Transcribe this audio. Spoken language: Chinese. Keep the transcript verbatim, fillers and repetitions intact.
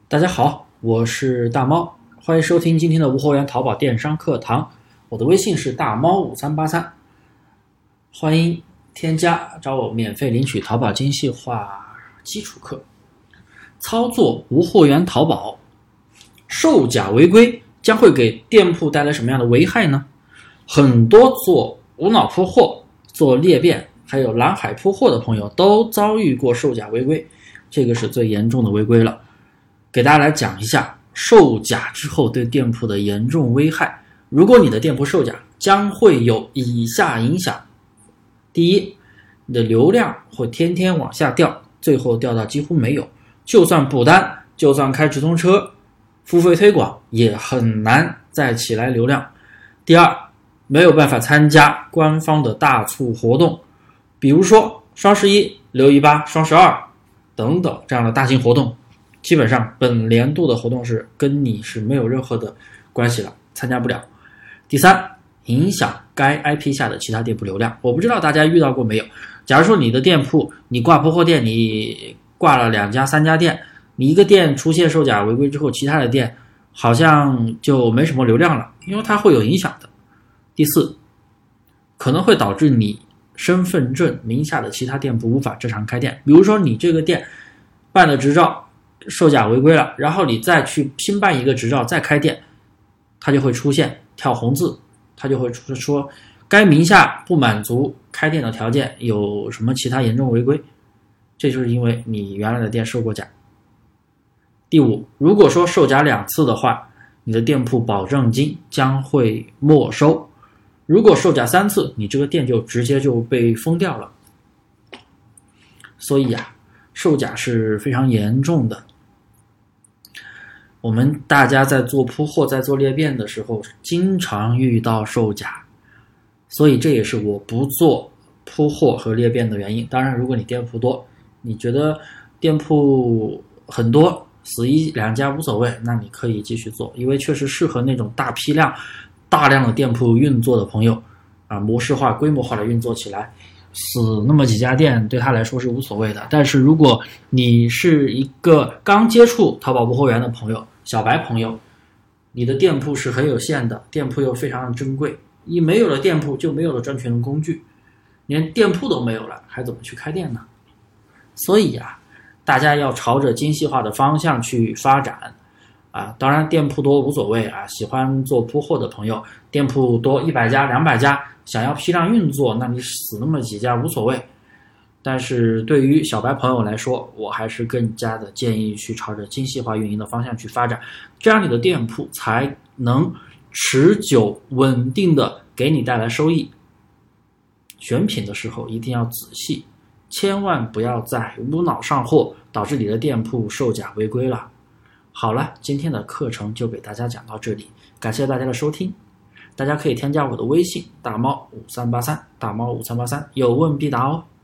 大家好，我是大猫，欢迎收听今天的无货源淘宝电商课堂。我的微信是大猫五三八三，欢迎添加，找我免费领取淘宝精细化基础课。操作无货源淘宝，售假违规将会给店铺带来什么样的危害呢？很多做无脑铺货、做裂变还有蓝海铺货的朋友都遭遇过售假违规，这个是最严重的违规了。给大家来讲一下售假之后对店铺的严重危害。如果你的店铺售假，将会有以下影响。第一，你的流量会天天往下掉，最后掉到几乎没有，就算补单，就算开直通车付费推广也很难再起来流量。第二，没有办法参加官方的大促活动，比如说双十一、六一八、双十二等等这样的大型活动，基本上本年度的活动是跟你是没有任何的关系了，参加不了。第三，影响该 I P 下的其他店铺流量。我不知道大家遇到过没有，假如说你的店铺，你挂铺货店，你挂了两家三家店，你一个店出现售假违规之后，其他的店好像就没什么流量了，因为它会有影响的。第四，可能会导致你身份证名下的其他店铺无法正常开店。比如说你这个店办的执照售假违规了，然后你再去新办一个执照再开店，它就会出现跳红字，它就会说该名下不满足开店的条件，有什么其他严重违规，这就是因为你原来的店售过假。第五，如果说售假两次的话，你的店铺保证金将会没收。如果售假三次，你这个店就直接就被封掉了。所以啊，售假是非常严重的。我们大家在做铺货、在做裂变的时候，经常遇到售假，所以这也是我不做铺货和裂变的原因。当然，如果你店铺多，你觉得店铺很多，死一两家无所谓，那你可以继续做，因为确实适合那种大批量、大量的店铺运作的朋友啊，模式化、规模化的运作起来。死那么几家店对他来说是无所谓的，但是如果你是一个刚接触淘宝无货源的朋友，小白朋友，你的店铺是很有限的，店铺又非常的珍贵，一没有了店铺就没有了赚钱的工具，连店铺都没有了，还怎么去开店呢？所以啊，大家要朝着精细化的方向去发展啊，当然店铺多无所谓啊，喜欢做铺货的朋友，店铺多一百家、两百家，想要批量运作，那你死那么几家无所谓。但是对于小白朋友来说，我还是更加的建议去朝着精细化运营的方向去发展，这样你的店铺才能持久稳定的给你带来收益。选品的时候一定要仔细，千万不要再无脑上货，导致你的店铺售假违规了。好了，今天的课程就给大家讲到这里，感谢大家的收听。大家可以添加我的微信大猫五三八三，大猫五三八三，有问必答哦。